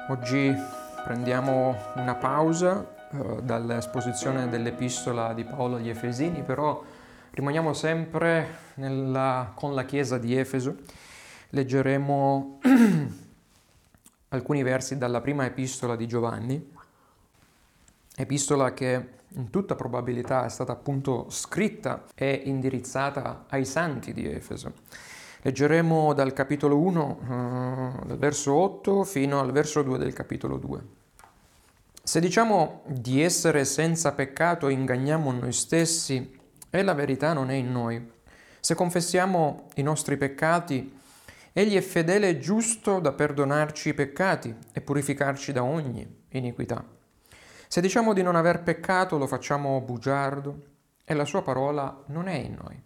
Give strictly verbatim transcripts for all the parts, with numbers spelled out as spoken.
Oggi prendiamo una pausa eh, dall'esposizione dell'epistola di Paolo agli Efesini, però rimaniamo sempre nella, con la chiesa di Efeso. Leggeremo alcuni versi dalla prima epistola di Giovanni, epistola che in tutta probabilità è stata appunto scritta e indirizzata ai santi di Efeso. Leggeremo dal capitolo uno, uh, dal verso otto, fino al verso due del capitolo due. Se diciamo di essere senza peccato inganniamo noi stessi e la verità non è in noi. Se confessiamo i nostri peccati, Egli è fedele e giusto da perdonarci i peccati e purificarci da ogni iniquità. Se diciamo di non aver peccato, lo facciamo bugiardo e la sua parola non è in noi.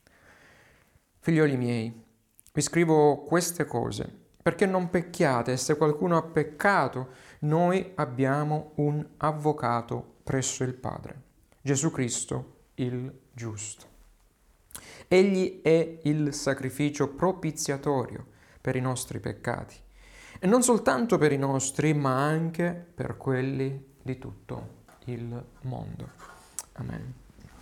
Figlioli miei, vi scrivo queste cose perché non pecchiate e se qualcuno ha peccato, noi abbiamo un avvocato presso il Padre, Gesù Cristo il giusto. Egli è il sacrificio propiziatorio per i nostri peccati e non soltanto per i nostri, ma anche per quelli di tutto il mondo. Amen.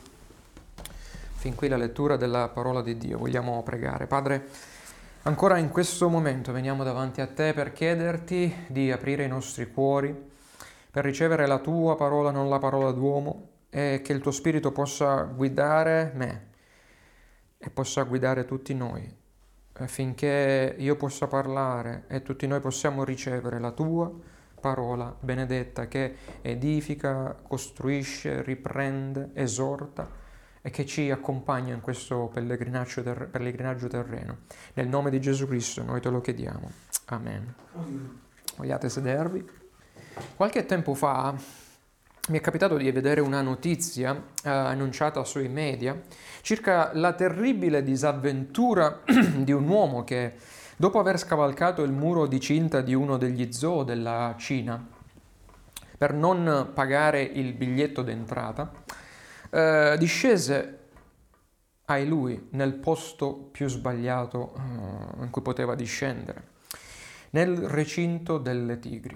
Fin qui la lettura della parola di Dio. Vogliamo pregare. Padre, ancora in questo momento veniamo davanti a Te per chiederti di aprire i nostri cuori, per ricevere la Tua parola, non la parola d'uomo, e che il Tuo Spirito possa guidare me e possa guidare tutti noi, affinché io possa parlare e tutti noi possiamo ricevere la Tua parola benedetta che edifica, costruisce, riprende, esorta e che ci accompagna in questo pellegrinaggio, ter- pellegrinaggio terreno. Nel nome di Gesù Cristo noi te lo chiediamo. Amen. Amen. Vogliate sedervi? Qualche tempo fa mi è capitato di vedere una notizia eh, annunciata sui media circa la terribile disavventura di un uomo che, dopo aver scavalcato il muro di cinta di uno degli zoo della Cina, per non pagare il biglietto d'entrata, eh, discese, ai lui, nel posto più sbagliato eh, in cui poteva discendere, nel recinto delle tigri,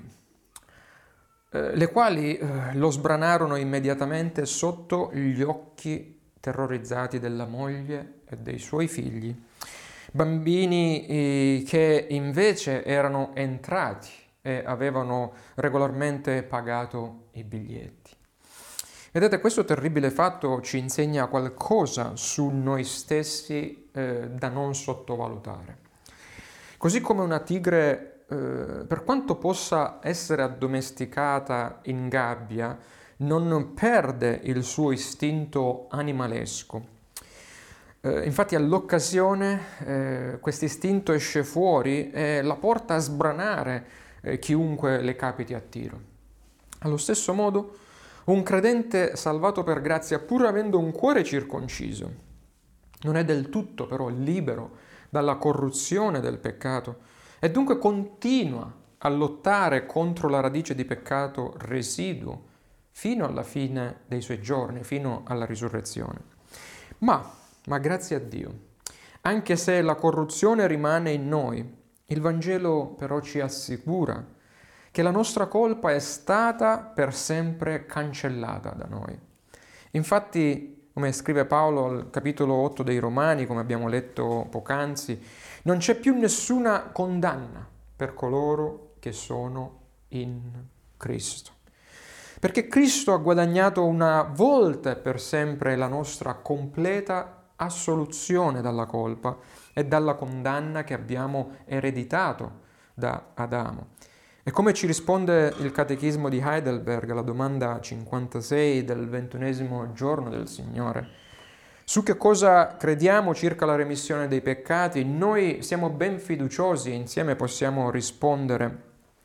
eh, le quali eh, lo sbranarono immediatamente sotto gli occhi terrorizzati della moglie e dei suoi figli, bambini eh, che invece erano entrati e avevano regolarmente pagato i biglietti. Vedete, questo terribile fatto ci insegna qualcosa su noi stessi eh, da non sottovalutare. Così come una tigre, eh, per quanto possa essere addomesticata in gabbia, non perde il suo istinto animalesco. Eh, infatti all'occasione eh, questo istinto esce fuori e la porta a sbranare eh, chiunque le capiti a tiro. Allo stesso modo, un credente salvato per grazia, pur avendo un cuore circonciso, non è del tutto però libero dalla corruzione del peccato e dunque continua a lottare contro la radice di peccato residuo fino alla fine dei suoi giorni, fino alla risurrezione. Ma, ma grazie a Dio, anche se la corruzione rimane in noi, il Vangelo però ci assicura che la nostra colpa è stata per sempre cancellata da noi. Infatti, come scrive Paolo al capitolo otto dei Romani, come abbiamo letto poc'anzi, non c'è più nessuna condanna per coloro che sono in Cristo. Perché Cristo ha guadagnato una volta e per sempre la nostra completa assoluzione dalla colpa e dalla condanna che abbiamo ereditato da Adamo. E come ci risponde il Catechismo di Heidelberg alla domanda cinquantasei del ventunesimo giorno del Signore? Su che cosa crediamo circa la remissione dei peccati? Noi siamo ben fiduciosi e insieme possiamo rispondere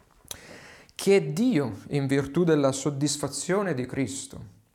che Dio, in virtù della soddisfazione di Cristo,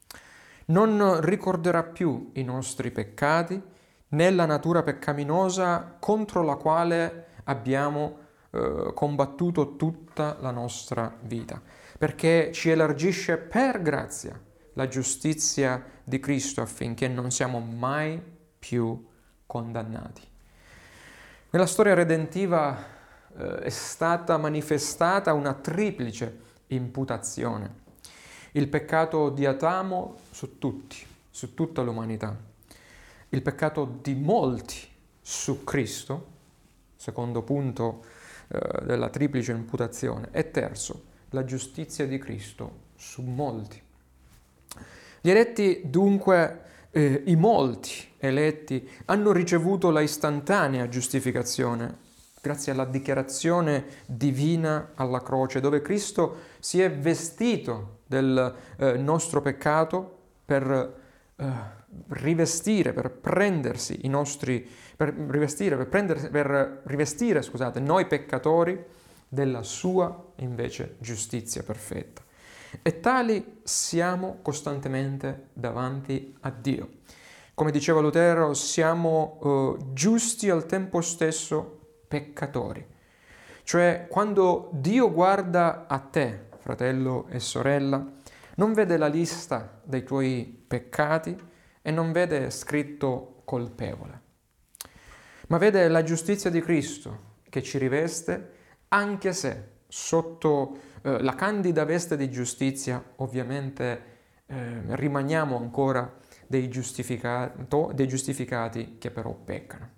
non ricorderà più i nostri peccati né la natura peccaminosa contro la quale abbiamo combattuto tutta la nostra vita, perché ci elargisce per grazia la giustizia di Cristo affinché non siamo mai più condannati. Nella storia redentiva eh, è stata manifestata una triplice imputazione. Il peccato di Adamo su tutti, su tutta l'umanità. Il peccato di molti su Cristo, secondo punto eh, della triplice imputazione. E terzo, la giustizia di Cristo su molti. Gli eletti, dunque, eh, i molti eletti, hanno ricevuto la istantanea giustificazione grazie alla dichiarazione divina alla croce, dove Cristo si è vestito del eh, nostro peccato per eh, rivestire, per prendersi i nostri, per rivestire, per, prendersi, per rivestire, scusate, noi peccatori della sua invece giustizia perfetta. E tali siamo costantemente davanti a Dio. Come diceva Lutero, siamo eh, giusti al tempo stesso peccatori. Cioè, quando Dio guarda a te, fratello e sorella, non vede la lista dei tuoi peccati e non vede scritto colpevole, ma vede la giustizia di Cristo che ci riveste, anche se sotto eh, la candida veste di giustizia ovviamente eh, rimaniamo ancora dei, giustificato, dei giustificati che però peccano.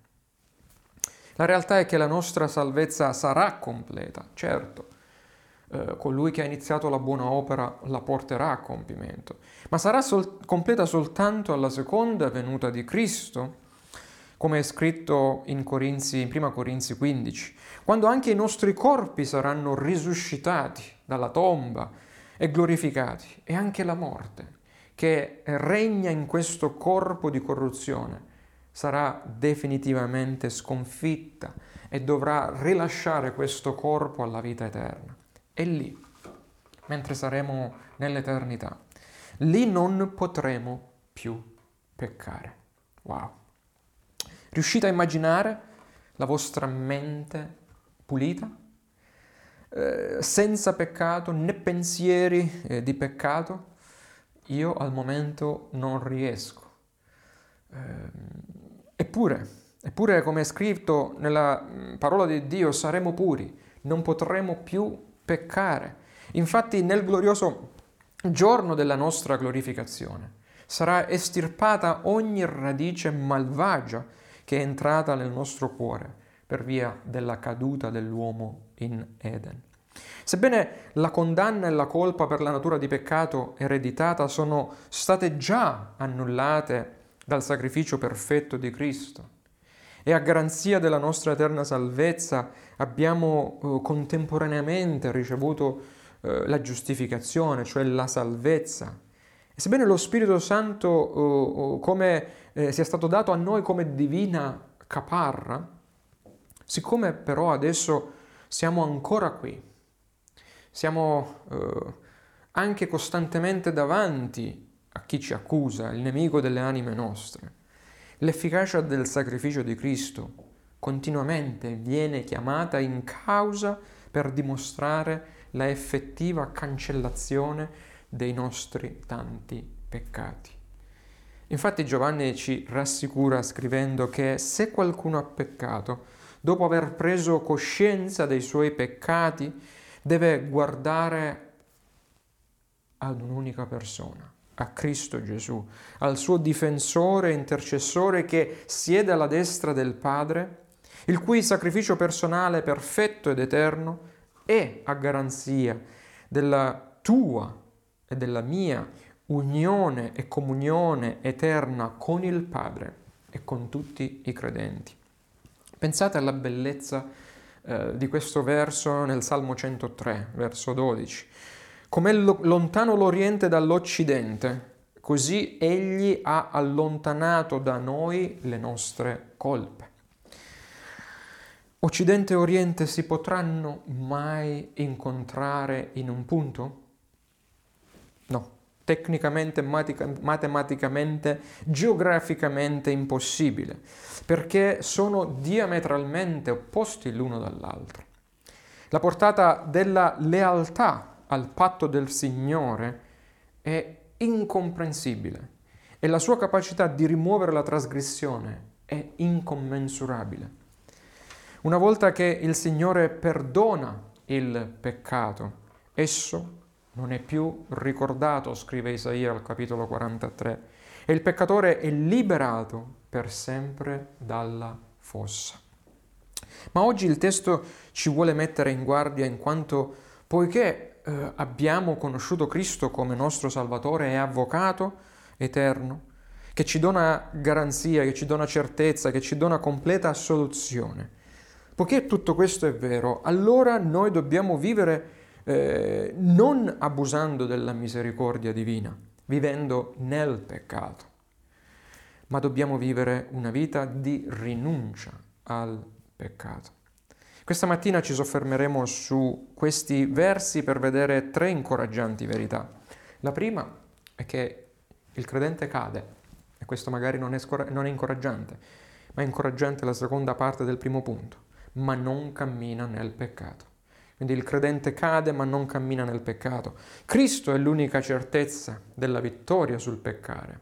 La realtà è che la nostra salvezza sarà completa, certo. Eh, colui che ha iniziato la buona opera la porterà a compimento, ma sarà sol- completa soltanto alla seconda venuta di Cristo, come è scritto in, Corinzi, in prima Corinzi quindici, quando anche i nostri corpi saranno risuscitati dalla tomba e glorificati, e anche la morte, che regna in questo corpo di corruzione, sarà definitivamente sconfitta e dovrà rilasciare questo corpo alla vita eterna. E lì, mentre saremo nell'eternità, lì non potremo più peccare. Wow! Riuscite a immaginare la vostra mente pulita, eh, senza peccato, né pensieri eh, di peccato? Io al momento non riesco. Eh, Eppure, eppure come è scritto nella parola di Dio, saremo puri, non potremo più peccare. Infatti nel glorioso giorno della nostra glorificazione sarà estirpata ogni radice malvagia che è entrata nel nostro cuore per via della caduta dell'uomo in Eden. Sebbene la condanna e la colpa per la natura di peccato ereditata sono state già annullate dal sacrificio perfetto di Cristo, e a garanzia della nostra eterna salvezza abbiamo eh, contemporaneamente ricevuto eh, la giustificazione, cioè la salvezza. E sebbene lo Spirito Santo eh, come eh, sia stato dato a noi come divina caparra, siccome però adesso siamo ancora qui, siamo eh, anche costantemente davanti a chi ci accusa, il nemico delle anime nostre, l'efficacia del sacrificio di Cristo continuamente viene chiamata in causa per dimostrare la effettiva cancellazione dei nostri tanti peccati. Infatti Giovanni ci rassicura scrivendo che se qualcuno ha peccato, dopo aver preso coscienza dei suoi peccati, deve guardare ad un'unica persona, a Cristo Gesù, al suo difensore e intercessore che siede alla destra del Padre, il cui sacrificio personale perfetto ed eterno è a garanzia della tua e della mia unione e comunione eterna con il Padre e con tutti i credenti. Pensate alla bellezza eh, di questo verso nel Salmo centotré, verso dodici. Com'è lo- lontano l'Oriente dall'Occidente, così Egli ha allontanato da noi le nostre colpe. Occidente e Oriente si potranno mai incontrare in un punto? No, tecnicamente, matematicamente, geograficamente impossibile, perché sono diametralmente opposti l'uno dall'altro. La portata della lealtà al patto del Signore è incomprensibile e la sua capacità di rimuovere la trasgressione è incommensurabile. Una volta che il Signore perdona il peccato, esso non è più ricordato, scrive Isaia al capitolo quarantatré, e il peccatore è liberato per sempre dalla fossa. Ma oggi il testo ci vuole mettere in guardia in quanto, poiché eh, abbiamo conosciuto Cristo come nostro Salvatore e Avvocato eterno, che ci dona garanzia, che ci dona certezza, che ci dona completa assoluzione, poiché tutto questo è vero, allora noi dobbiamo vivere eh, non abusando della misericordia divina, vivendo nel peccato, ma dobbiamo vivere una vita di rinuncia al peccato. Questa mattina ci soffermeremo su questi versi per vedere tre incoraggianti verità. La prima è che il credente cade, e questo magari non è, scor- non è incoraggiante, ma è incoraggiante la seconda parte del primo punto, ma non cammina nel peccato. Quindi il credente cade ma non cammina nel peccato. Cristo è l'unica certezza della vittoria sul peccare.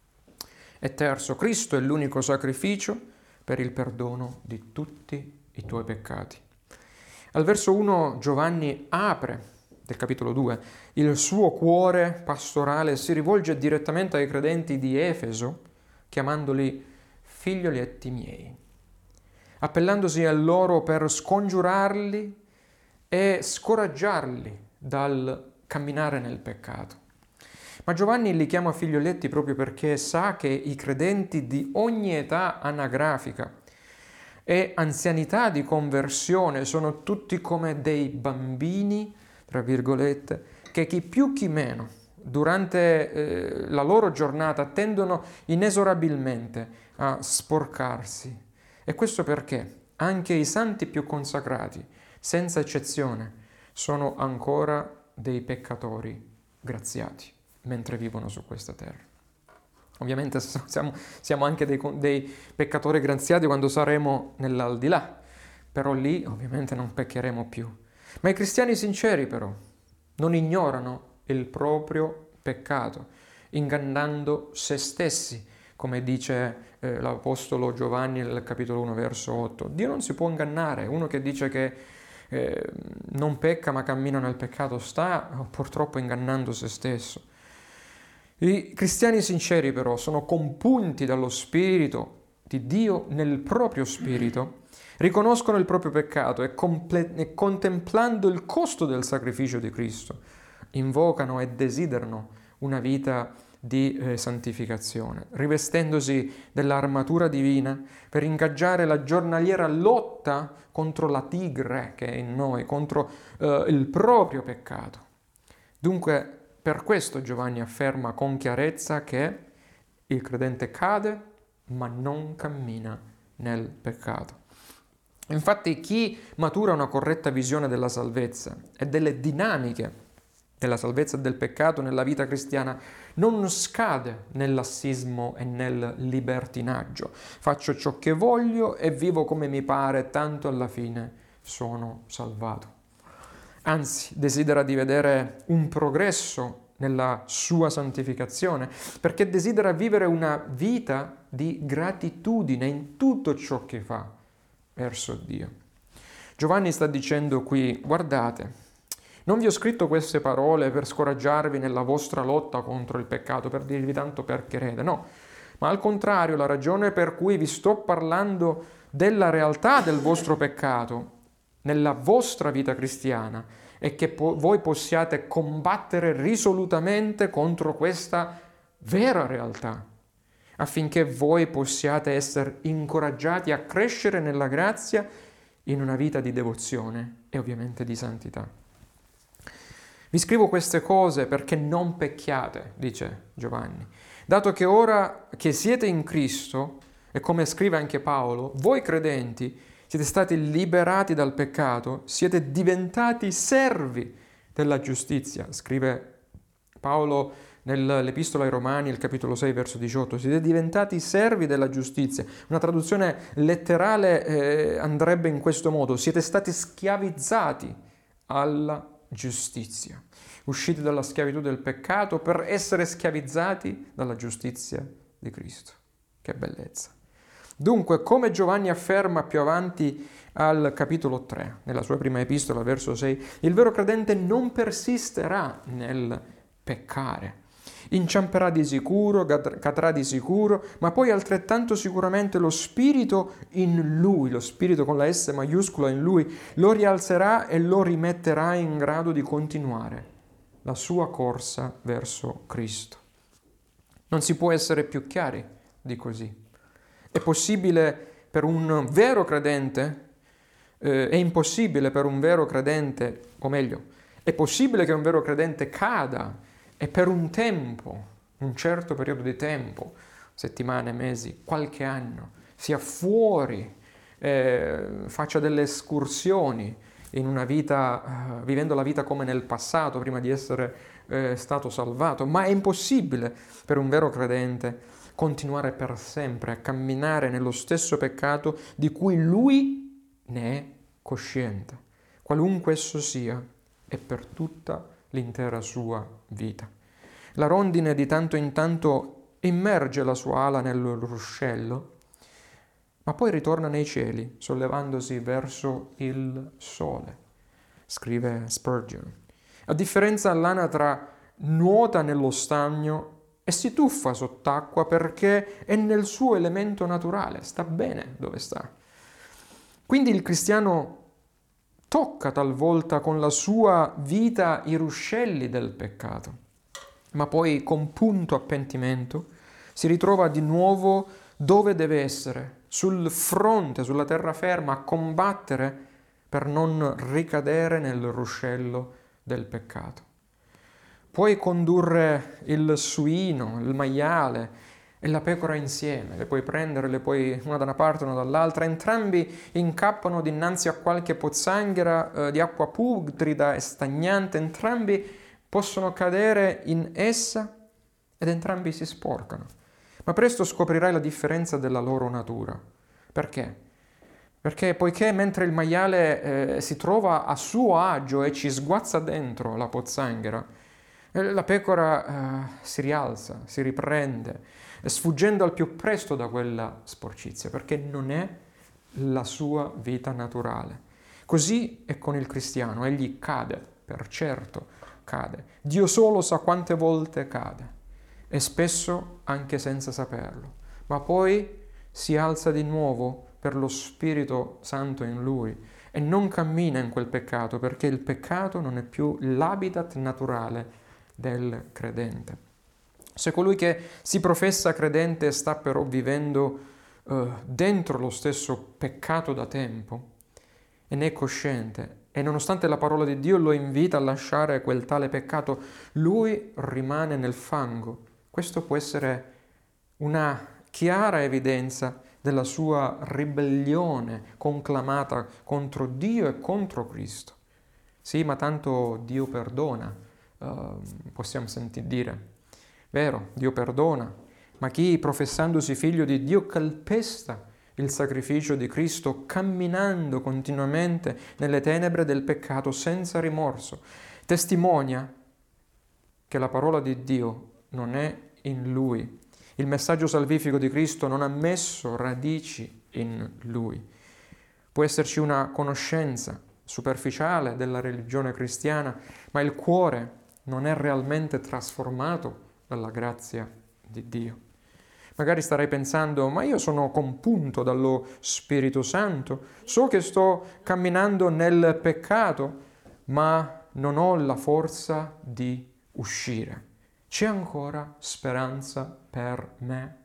E terzo, Cristo è l'unico sacrificio per il perdono di tutti i tuoi peccati. Al verso uno Giovanni apre, del capitolo due, il suo cuore pastorale e si rivolge direttamente ai credenti di Efeso, chiamandoli figlioletti miei, appellandosi a loro per scongiurarli e scoraggiarli dal camminare nel peccato. Ma Giovanni li chiama figlioletti proprio perché sa che i credenti di ogni età anagrafica e anzianità di conversione sono tutti come dei bambini, tra virgolette, che chi più chi meno durante eh, la loro giornata tendono inesorabilmente a sporcarsi. E questo perché anche i santi più consacrati, senza eccezione, sono ancora dei peccatori graziati mentre vivono su questa terra. Ovviamente siamo, siamo anche dei, dei peccatori graziati quando saremo nell'aldilà, però lì ovviamente non peccheremo più. Ma i cristiani sinceri però non ignorano il proprio peccato, ingannando se stessi, come dice eh, l'Apostolo Giovanni nel capitolo uno, verso otto. Dio non si può ingannare. Uno che dice che eh, non pecca ma cammina nel peccato sta purtroppo ingannando se stesso. I cristiani sinceri però sono compunti dallo Spirito di Dio nel proprio spirito, riconoscono il proprio peccato e, comple- e contemplando il costo del sacrificio di Cristo, invocano e desiderano una vita di eh, santificazione, rivestendosi dell'armatura divina per ingaggiare la giornaliera lotta contro la tigre che è in noi, contro eh, il proprio peccato. Dunque, per questo Giovanni afferma con chiarezza che il credente cade ma non cammina nel peccato. Infatti chi matura una corretta visione della salvezza e delle dinamiche della salvezza e del peccato nella vita cristiana non scade nel lassismo e nel libertinaggio. Faccio ciò che voglio e vivo come mi pare, tanto alla fine sono salvato. Anzi, desidera di vedere un progresso nella sua santificazione, perché desidera vivere una vita di gratitudine in tutto ciò che fa verso Dio. Giovanni sta dicendo qui, guardate, non vi ho scritto queste parole per scoraggiarvi nella vostra lotta contro il peccato, per dirvi tanto percherete, no, ma al contrario, la ragione per cui vi sto parlando della realtà del vostro peccato nella vostra vita cristiana è che po- voi possiate combattere risolutamente contro questa vera realtà, affinché voi possiate essere incoraggiati a crescere nella grazia in una vita di devozione e ovviamente di santità. Vi scrivo queste cose perché non pecchiate, dice Giovanni, dato che ora che siete in Cristo, e come scrive anche Paolo, voi credenti siete stati liberati dal peccato, siete diventati servi della giustizia, scrive Paolo nell'Epistola ai Romani, il capitolo sei, verso diciotto, siete diventati servi della giustizia. Una traduzione letterale eh, andrebbe in questo modo, siete stati schiavizzati alla giustizia, usciti dalla schiavitù del peccato per essere schiavizzati dalla giustizia di Cristo. Che bellezza! Dunque, come Giovanni afferma più avanti al capitolo tre, nella sua prima epistola, verso sei, il vero credente non persisterà nel peccare. Inciamperà di sicuro, cadrà di sicuro, ma poi altrettanto sicuramente lo Spirito in lui, lo Spirito con la S maiuscola in lui, lo rialzerà e lo rimetterà in grado di continuare la sua corsa verso Cristo. Non si può essere più chiari di così. È possibile per un vero credente, eh, è impossibile per un vero credente, o meglio, è possibile che un vero credente cada e per un tempo, un certo periodo di tempo, settimane, mesi, qualche anno, sia fuori, eh, faccia delle escursioni in una vita, eh, vivendo la vita come nel passato, prima di essere eh, stato salvato, ma è impossibile per un vero credente continuare per sempre a camminare nello stesso peccato di cui lui ne è cosciente, qualunque esso sia, e per tutta l'intera sua vita. La rondine di tanto in tanto immerge la sua ala nel ruscello, ma poi ritorna nei cieli, sollevandosi verso il sole, scrive Spurgeon. A differenza l'anatra nuota nello stagno e si tuffa sott'acqua perché è nel suo elemento naturale, sta bene dove sta. Quindi il cristiano tocca talvolta con la sua vita i ruscelli del peccato, ma poi con punto a pentimento si ritrova di nuovo dove deve essere, sul fronte, sulla terraferma, a combattere per non ricadere nel ruscello del peccato. Puoi condurre il suino, il maiale e la pecora insieme, le puoi prendere, le puoi una da una parte e una dall'altra, entrambi incappano dinanzi a qualche pozzanghera eh, di acqua putrida e stagnante, entrambi possono cadere in essa ed entrambi si sporcano. Ma presto scoprirai la differenza della loro natura. Perché? Perché poiché mentre il maiale eh, si trova a suo agio e ci sguazza dentro la pozzanghera, la pecora eh, si rialza, si riprende, sfuggendo al più presto da quella sporcizia, perché non è la sua vita naturale. Così è con il cristiano, egli cade, per certo cade. Dio solo sa quante volte cade, e spesso anche senza saperlo, ma poi si alza di nuovo per lo Spirito Santo in lui e non cammina in quel peccato, perché il peccato non è più l'habitat naturale del credente. Se colui che si professa credente sta però vivendo eh, dentro lo stesso peccato da tempo e ne è cosciente, e nonostante la parola di Dio lo invita a lasciare quel tale peccato, lui rimane nel fango. Questo può essere una chiara evidenza della sua ribellione conclamata contro Dio e contro Cristo. Sì, ma tanto Dio perdona. Uh, possiamo sentire dire, vero, Dio perdona, ma chi professandosi figlio di Dio calpesta il sacrificio di Cristo, camminando continuamente nelle tenebre del peccato senza rimorso, testimonia che la parola di Dio non è in lui. Il messaggio salvifico di Cristo non ha messo radici in lui. Può esserci una conoscenza superficiale della religione cristiana, ma il cuore non è realmente trasformato dalla grazia di Dio. Magari starai pensando, ma io sono compunto dallo Spirito Santo, so che sto camminando nel peccato, ma non ho la forza di uscire. C'è ancora speranza per me?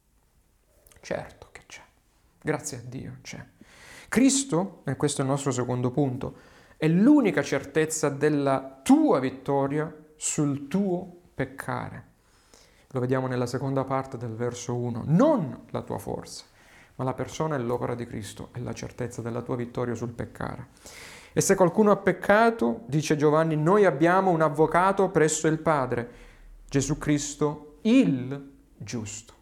Certo che c'è, grazie a Dio c'è. Cristo, e questo è il nostro secondo punto, è l'unica certezza della tua vittoria sul tuo peccare. Lo vediamo nella seconda parte del verso uno. Non la tua forza, ma la persona e l'opera di Cristo è la certezza della tua vittoria sul peccare. E se qualcuno ha peccato, dice Giovanni, noi abbiamo un avvocato presso il Padre, Gesù Cristo, il giusto.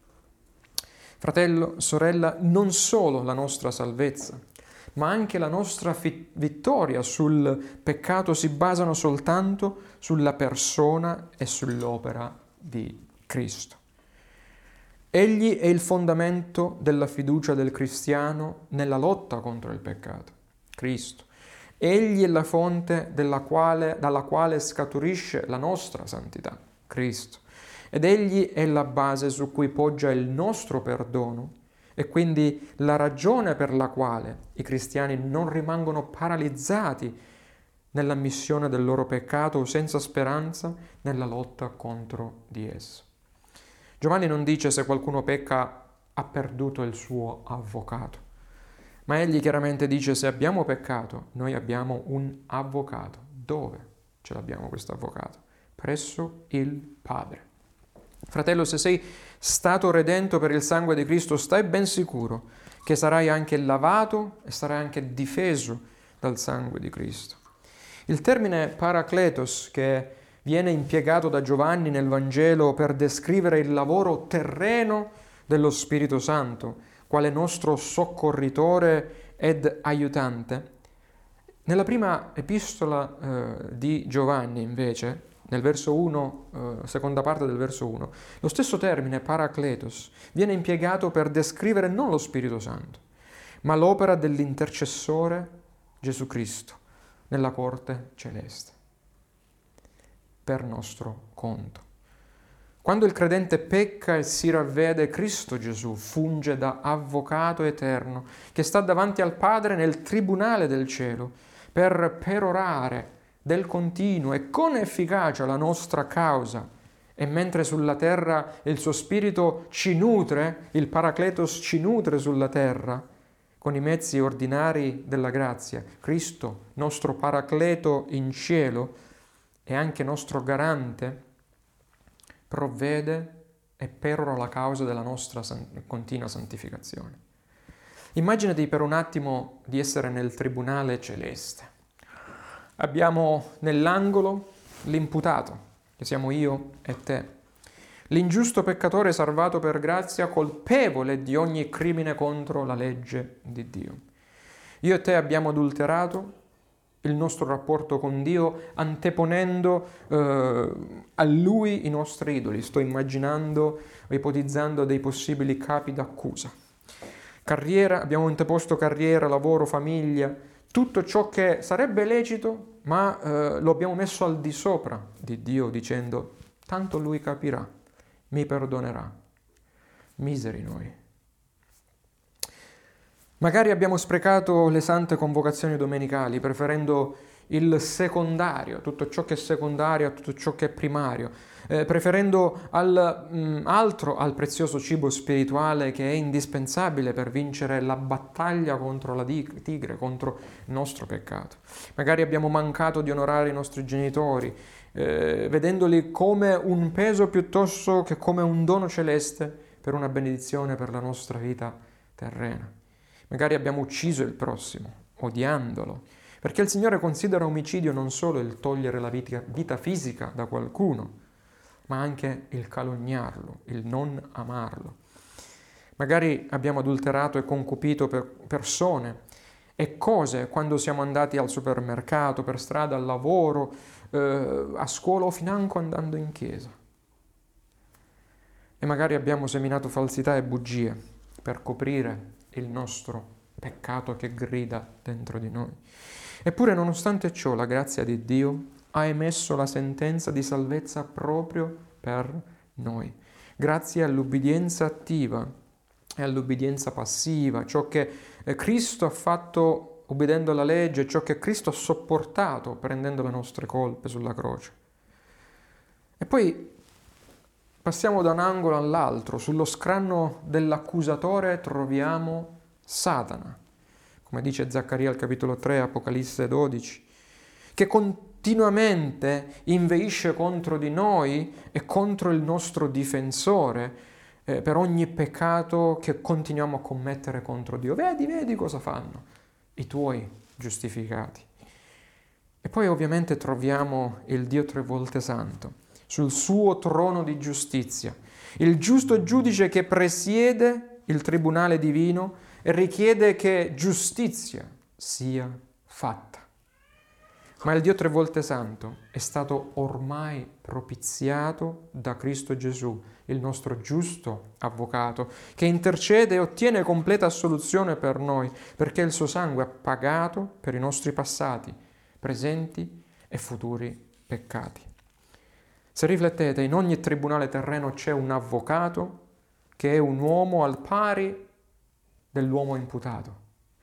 Fratello, sorella, non solo la nostra salvezza, ma anche la nostra fi- vittoria sul peccato si basano soltanto sulla persona e sull'opera di Cristo. Egli è il fondamento della fiducia del cristiano nella lotta contro il peccato, Cristo. Egli è la fonte della quale, dalla quale scaturisce la nostra santità, Cristo. Ed Egli è la base su cui poggia il nostro perdono e quindi la ragione per la quale i cristiani non rimangono paralizzati nell'ammissione del loro peccato o senza speranza nella lotta contro di esso. Giovanni non dice se qualcuno pecca ha perduto il suo avvocato, ma egli chiaramente dice se abbiamo peccato noi abbiamo un avvocato. Dove ce l'abbiamo questo avvocato? Presso il Padre. Fratello, se sei stato redento per il sangue di Cristo, stai ben sicuro che sarai anche lavato e sarai anche difeso dal sangue di Cristo. Il termine Parakletos, che viene impiegato da Giovanni nel Vangelo per descrivere il lavoro terreno dello Spirito Santo, quale nostro soccorritore ed aiutante, nella prima epistola eh, di Giovanni, invece, nel verso uno, eh, seconda parte del verso uno, lo stesso termine Parakletos viene impiegato per descrivere non lo Spirito Santo, ma l'opera dell'intercessore Gesù Cristo nella corte celeste, per nostro conto. Quando il credente pecca e si ravvede, Cristo Gesù funge da avvocato eterno che sta davanti al Padre nel tribunale del cielo per perorare del continuo e con efficacia la nostra causa. E mentre sulla terra il suo spirito ci nutre, il Paracletos ci nutre sulla terra, con i mezzi ordinari della grazia, Cristo, nostro Paracleto in cielo e anche nostro garante, provvede e perora la causa della nostra san- continua santificazione. Immaginati per un attimo di essere nel tribunale celeste. Abbiamo nell'angolo l'imputato, che siamo io e te, l'ingiusto peccatore salvato per grazia, colpevole di ogni crimine contro la legge di Dio. Io e te abbiamo adulterato il nostro rapporto con Dio anteponendo eh, a Lui i nostri idoli. Sto immaginando o ipotizzando dei possibili capi d'accusa. Carriera, abbiamo anteposto carriera, lavoro, famiglia, tutto ciò che sarebbe lecito, ma eh, lo abbiamo messo al di sopra di Dio, dicendo, tanto Lui capirà, mi perdonerà. Miseri noi. Magari abbiamo sprecato le sante convocazioni domenicali, preferendo il secondario, tutto ciò che è secondario a tutto ciò che è primario, eh, preferendo al, mh, altro al prezioso cibo spirituale che è indispensabile per vincere la battaglia contro la tigre, contro il nostro peccato. Magari abbiamo mancato di onorare i nostri genitori, eh, vedendoli come un peso piuttosto che come un dono celeste per una benedizione per la nostra vita terrena. Magari abbiamo ucciso il prossimo, odiandolo, perché il Signore considera omicidio non solo il togliere la vita, vita fisica da qualcuno, ma anche il calunniarlo, il non amarlo. Magari abbiamo adulterato e concupito per persone e cose quando siamo andati al supermercato, per strada, al lavoro, eh, a scuola o financo andando in chiesa. E magari abbiamo seminato falsità e bugie per coprire il nostro peccato che grida dentro di noi. Eppure, nonostante ciò, la grazia di Dio ha emesso la sentenza di salvezza proprio per noi, grazie all'ubbidienza attiva e all'ubbidienza passiva, ciò che Cristo ha fatto obbedendo alla legge, ciò che Cristo ha sopportato prendendo le nostre colpe sulla croce. E poi passiamo da un angolo all'altro, sullo scranno dell'accusatore troviamo Satana, come dice Zaccaria al capitolo tre, Apocalisse dodici, che continuamente inveisce contro di noi e contro il nostro difensore eh, per ogni peccato che continuiamo a commettere contro Dio. Vedi, vedi cosa fanno i tuoi giustificati. E poi ovviamente troviamo il Dio tre volte santo sul suo trono di giustizia, il giusto giudice che presiede il tribunale divino e richiede che giustizia sia fatta. Ma il Dio tre volte santo è stato ormai propiziato da Cristo Gesù il nostro giusto avvocato, che intercede e ottiene completa assoluzione per noi, perché il suo sangue ha pagato per i nostri passati, presenti e futuri peccati. Se riflettete, in ogni tribunale terreno c'è un avvocato che è un uomo al pari dell'uomo imputato.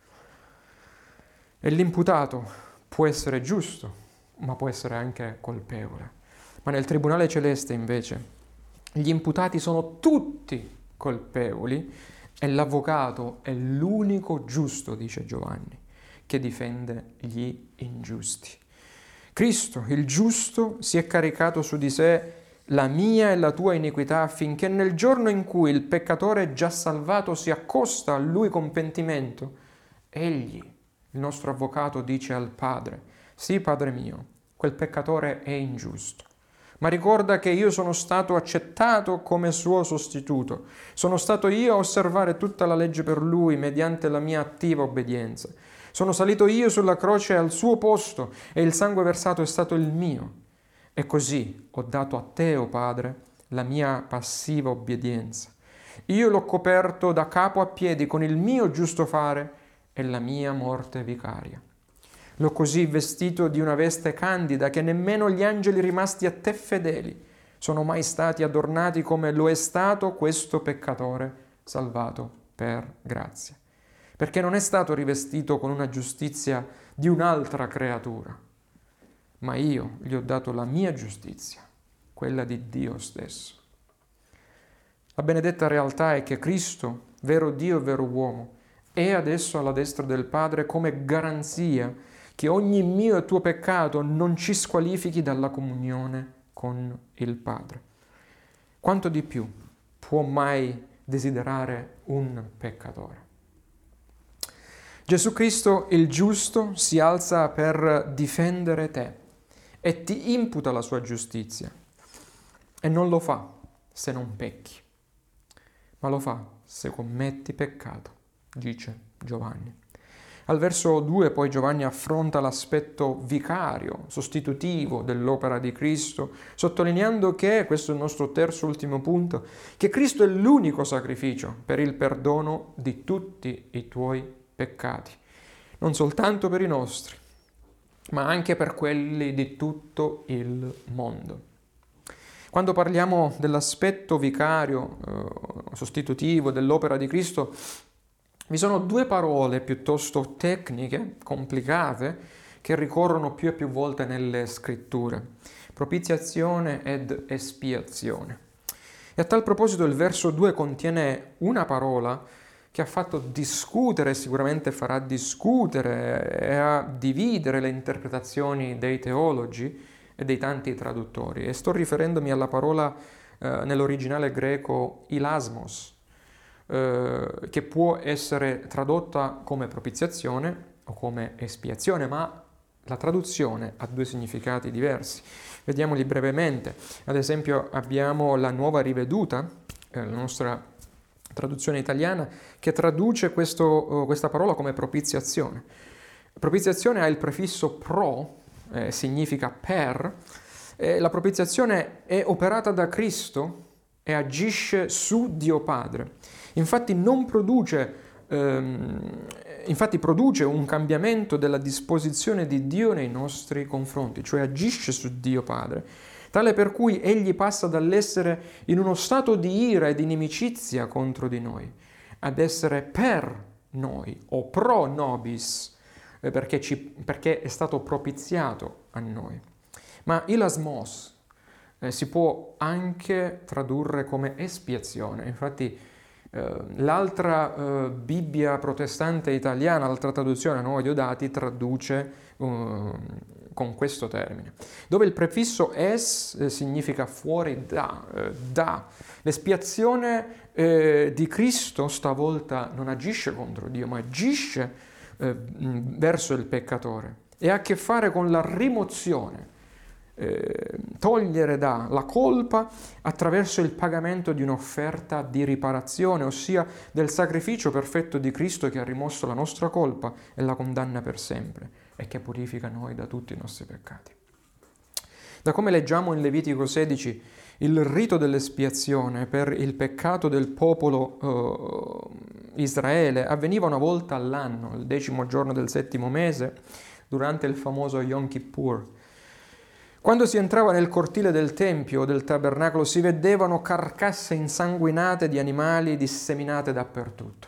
E l'imputato può essere giusto, ma può essere anche colpevole. Ma nel tribunale celeste, invece, gli imputati sono tutti colpevoli e l'avvocato è l'unico giusto, dice Giovanni, che difende gli ingiusti. Cristo, il giusto, si è caricato su di sé la mia e la tua iniquità affinché nel giorno in cui il peccatore già salvato si accosta a lui con pentimento, egli, il nostro avvocato, dice al Padre: sì, Padre mio, quel peccatore è ingiusto, ma ricorda che io sono stato accettato come suo sostituto. Sono stato io a osservare tutta la legge per lui mediante la mia attiva obbedienza. Sono salito io sulla croce al suo posto e il sangue versato è stato il mio. E così ho dato a te, o Padre, la mia passiva obbedienza. Io l'ho coperto da capo a piedi con il mio giusto fare e la mia morte vicaria. L'ho così vestito di una veste candida che nemmeno gli angeli rimasti a te fedeli sono mai stati adornati come lo è stato questo peccatore salvato per grazia. Perché non è stato rivestito con una giustizia di un'altra creatura, ma io gli ho dato la mia giustizia, quella di Dio stesso. La benedetta realtà è che Cristo, vero Dio e vero uomo, è adesso alla destra del Padre come garanzia che ogni mio e tuo peccato non ci squalifichi dalla comunione con il Padre. Quanto di più può mai desiderare un peccatore? Gesù Cristo, il giusto, si alza per difendere te e ti imputa la sua giustizia. E non lo fa se non pecchi, ma lo fa se commetti peccato, dice Giovanni. Al verso due poi Giovanni affronta l'aspetto vicario, sostitutivo dell'opera di Cristo, sottolineando che, questo è il nostro terzo ultimo punto, che Cristo è l'unico sacrificio per il perdono di tutti i tuoi peccati, non soltanto per i nostri, ma anche per quelli di tutto il mondo. Quando parliamo dell'aspetto vicario, eh, sostitutivo dell'opera di Cristo, vi sono due parole piuttosto tecniche, complicate, che ricorrono più e più volte nelle scritture: propiziazione ed espiazione. E a tal proposito il verso due contiene una parola che ha fatto discutere, sicuramente farà discutere e a dividere le interpretazioni dei teologi e dei tanti traduttori. E sto riferendomi alla parola eh, nell'originale greco ilasmos, eh, che può essere tradotta come propiziazione o come espiazione, ma la traduzione ha due significati diversi. Vediamoli brevemente. Ad esempio abbiamo la Nuova Riveduta, eh, la nostra traduzione italiana, che traduce questo, questa parola come propiziazione. Propiziazione ha il prefisso pro, eh, significa per. Eh, la propiziazione è operata da Cristo e agisce su Dio Padre. Infatti non produce, ehm, infatti produce un cambiamento della disposizione di Dio nei nostri confronti, cioè agisce su Dio Padre, tale per cui egli passa dall'essere in uno stato di ira e di inimicizia contro di noi ad essere per noi o pro nobis, eh, perché, ci, perché è stato propiziato a noi. Ma ilasmos eh, si può anche tradurre come espiazione. Infatti eh, l'altra eh, Bibbia protestante italiana, l'altra traduzione a Nuova Diodati, traduce uh, con questo termine, dove il prefisso es eh, significa fuori da, eh, da. L'espiazione eh, di Cristo stavolta non agisce contro Dio, ma agisce eh, verso il peccatore e ha a che fare con la rimozione, eh, togliere da la colpa attraverso il pagamento di un'offerta di riparazione, ossia del sacrificio perfetto di Cristo che ha rimosso la nostra colpa e la condanna per sempre e che purifica noi da tutti i nostri peccati. Da come leggiamo in Levitico sedici, Il rito dell'espiazione per il peccato del popolo eh, Israele avveniva una volta all'anno, il decimo giorno del settimo mese, durante il famoso Yom Kippur. Quando si entrava nel cortile del Tempio o del Tabernacolo si vedevano carcasse insanguinate di animali disseminate dappertutto.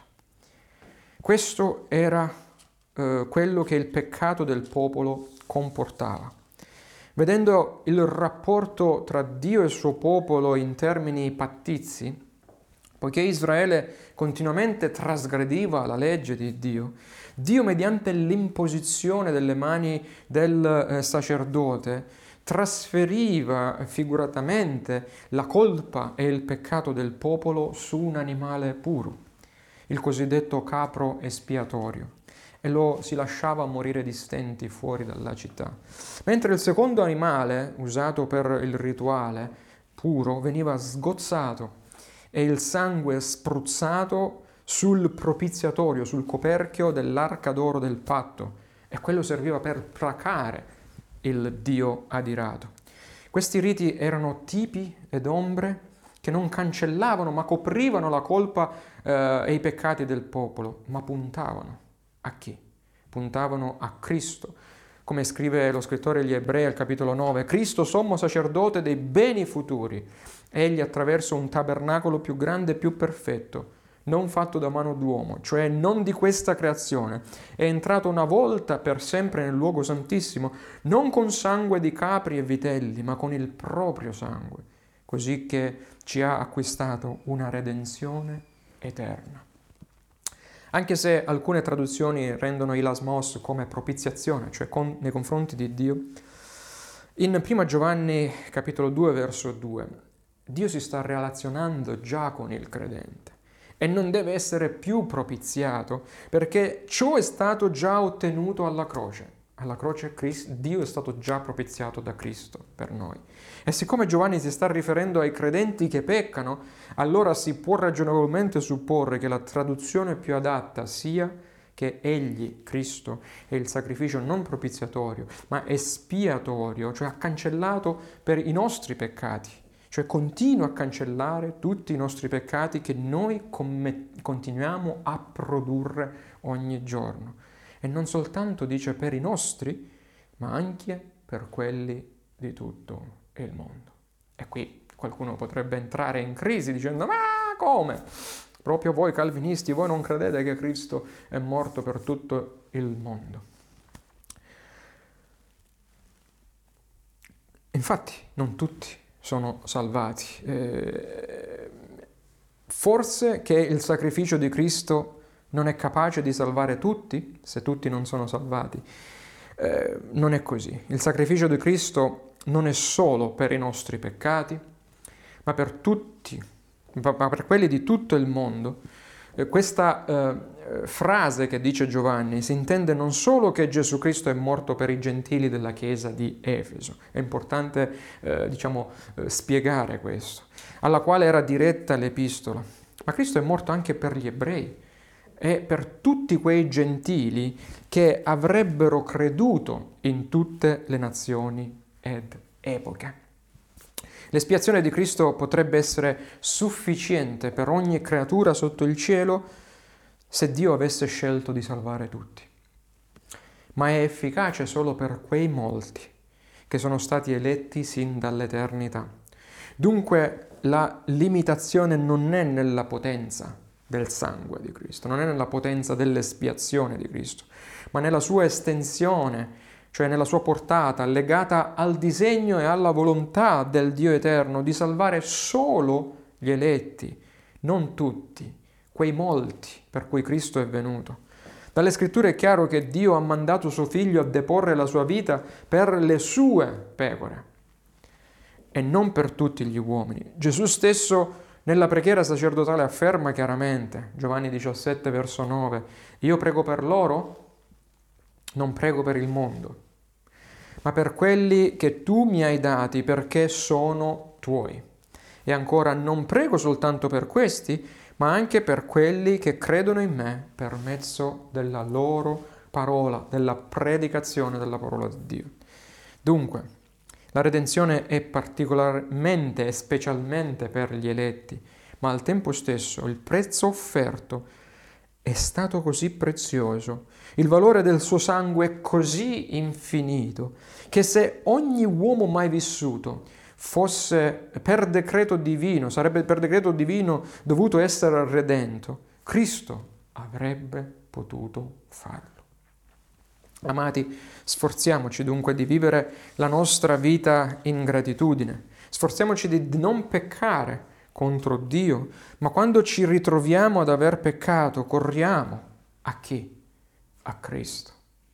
Questo era eh, quello che il peccato del popolo comportava. Vedendo il rapporto tra Dio e il suo popolo in termini pattizi, poiché Israele continuamente trasgrediva la legge di Dio, Dio mediante l'imposizione delle mani del eh, sacerdote trasferiva figuratamente la colpa e il peccato del popolo su un animale puro, il cosiddetto capro espiatorio, e lo si lasciava morire di stenti fuori dalla città. Mentre il secondo animale, usato per il rituale puro, veniva sgozzato e il sangue spruzzato sul propiziatorio, sul coperchio dell'arca d'oro del patto, e quello serviva per placare il Dio adirato. Questi riti erano tipi ed ombre che non cancellavano ma coprivano la colpa eh, e i peccati del popolo, ma puntavano a chi? Puntavano a Cristo. Come scrive lo scrittore agli Ebrei al capitolo nove, Cristo sommo sacerdote dei beni futuri, egli attraverso un tabernacolo più grande e più perfetto, non fatto da mano d'uomo, cioè non di questa creazione, è entrato una volta per sempre nel luogo santissimo, non con sangue di capri e vitelli, ma con il proprio sangue, così che ci ha acquistato una redenzione eterna. Anche se alcune traduzioni rendono ilasmos come propiziazione, cioè con, nei confronti di Dio, in primo Giovanni capitolo due verso due, Dio si sta relazionando già con il credente e non deve essere più propiziato perché ciò è stato già ottenuto alla croce. Alla croce Dio è stato già propiziato da Cristo per noi. E siccome Giovanni si sta riferendo ai credenti che peccano, allora si può ragionevolmente supporre che la traduzione più adatta sia che egli, Cristo, è il sacrificio non propiziatorio, ma espiatorio, cioè ha cancellato per i nostri peccati. Cioè continua a cancellare tutti i nostri peccati che noi comm- continuiamo a produrre ogni giorno. E non soltanto dice per i nostri, ma anche per quelli di tutto il mondo. E qui qualcuno potrebbe entrare in crisi dicendo, ma come? Proprio voi calvinisti, voi non credete che Cristo è morto per tutto il mondo? Infatti, non tutti sono salvati. Eh, forse che il sacrificio di Cristo non è capace di salvare tutti, se tutti non sono salvati. Eh, non è così. Il sacrificio di Cristo non è solo per i nostri peccati, ma per tutti, ma per quelli di tutto il mondo. Eh, questa eh, frase che dice Giovanni si intende non solo che Gesù Cristo è morto per i gentili della chiesa di Efeso, è importante eh, diciamo, eh, spiegare questo, alla quale era diretta l'epistola, ma Cristo è morto anche per gli ebrei e per tutti quei gentili che avrebbero creduto in tutte le nazioni ed epoche. L'espiazione di Cristo potrebbe essere sufficiente per ogni creatura sotto il cielo se Dio avesse scelto di salvare tutti. Ma è efficace solo per quei molti che sono stati eletti sin dall'eternità. Dunque la limitazione non è nella potenza del sangue di Cristo, non è nella potenza dell'espiazione di Cristo, ma nella sua estensione, cioè nella sua portata, legata al disegno e alla volontà del Dio eterno di salvare solo gli eletti, non tutti, quei molti per cui Cristo è venuto. Dalle scritture è chiaro che Dio ha mandato suo figlio a deporre la sua vita per le sue pecore e non per tutti gli uomini. Gesù stesso nella preghiera sacerdotale afferma chiaramente, Giovanni diciassette verso nove, io prego per loro, non prego per il mondo, ma per quelli che tu mi hai dati perché sono tuoi. E ancora, non prego soltanto per questi, ma anche per quelli che credono in me per mezzo della loro parola, della predicazione della parola di Dio. Dunque, La redenzione è particolarmente e specialmente per gli eletti, ma al tempo stesso il prezzo offerto è stato così prezioso, il valore del suo sangue è così infinito, che se ogni uomo mai vissuto fosse per decreto divino, sarebbe per decreto divino dovuto essere redento, Cristo avrebbe potuto farlo. Amati, sforziamoci dunque di vivere la nostra vita in gratitudine, sforziamoci di non peccare contro Dio, ma quando ci ritroviamo ad aver peccato, corriamo a chi? A Cristo.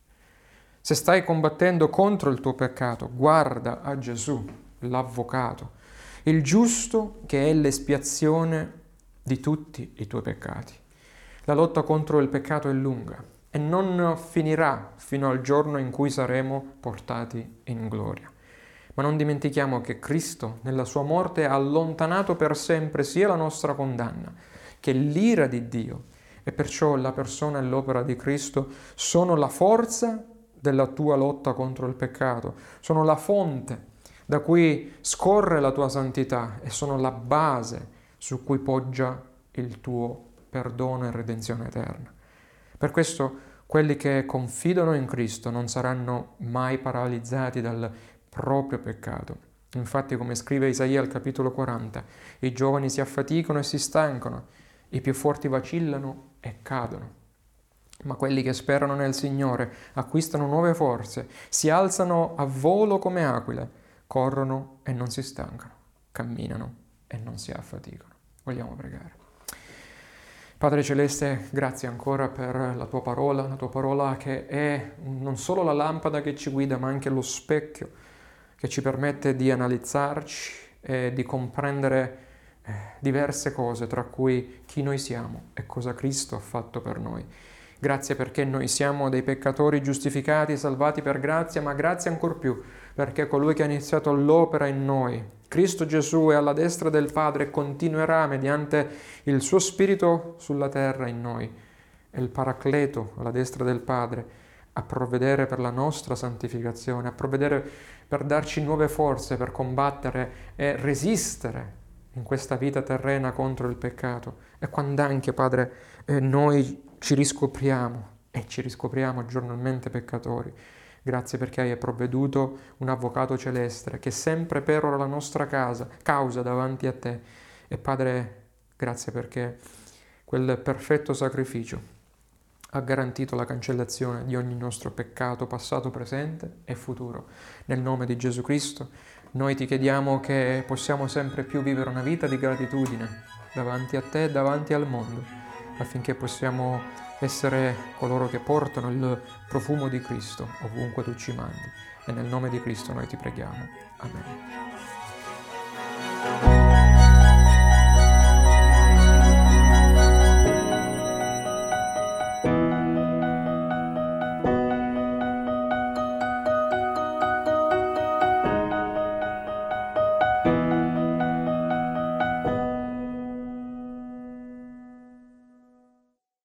Se stai combattendo contro il tuo peccato, guarda a Gesù, l'avvocato, il giusto che è l'espiazione di tutti i tuoi peccati. La lotta contro il peccato è lunga e non finirà fino al giorno in cui saremo portati in gloria. Ma non dimentichiamo che Cristo, nella sua morte, ha allontanato per sempre sia la nostra condanna che l'ira di Dio, e perciò la persona e l'opera di Cristo sono la forza della tua lotta contro il peccato, sono la fonte da cui scorre la tua santità e sono la base su cui poggia il tuo perdono e redenzione eterna. Per questo quelli che confidano in Cristo non saranno mai paralizzati dal proprio peccato. Infatti, come scrive Isaia al capitolo quaranta, i giovani si affaticano e si stancano, i più forti vacillano e cadono. Ma quelli che sperano nel Signore acquistano nuove forze, si alzano a volo come aquile, corrono e non si stancano, camminano e non si affaticano. Vogliamo pregare. Padre Celeste, grazie ancora per la tua parola, la tua parola che è non solo la lampada che ci guida, ma anche lo specchio che ci permette di analizzarci e di comprendere eh, diverse cose, tra cui chi noi siamo e cosa Cristo ha fatto per noi. Grazie perché noi siamo dei peccatori giustificati, salvati per grazia, ma grazie ancor più perché colui che ha iniziato l'opera in noi, Cristo Gesù, è alla destra del Padre e continuerà mediante il suo Spirito sulla terra in noi. È il Paracleto alla destra del Padre a provvedere per la nostra santificazione, a provvedere per darci nuove forze per combattere e resistere in questa vita terrena contro il peccato. E quando anche, Padre, eh, noi ci riscopriamo e ci riscopriamo giornalmente peccatori, grazie perché hai provveduto un avvocato celeste che sempre perora la nostra casa, causa davanti a te. E Padre, grazie perché quel perfetto sacrificio ha garantito la cancellazione di ogni nostro peccato passato, presente e futuro. Nel nome di Gesù Cristo, noi ti chiediamo che possiamo sempre più vivere una vita di gratitudine davanti a te e davanti al mondo, affinché possiamo essere coloro che portano il profumo di Cristo ovunque tu ci mandi. E nel nome di Cristo noi ti preghiamo. Amen.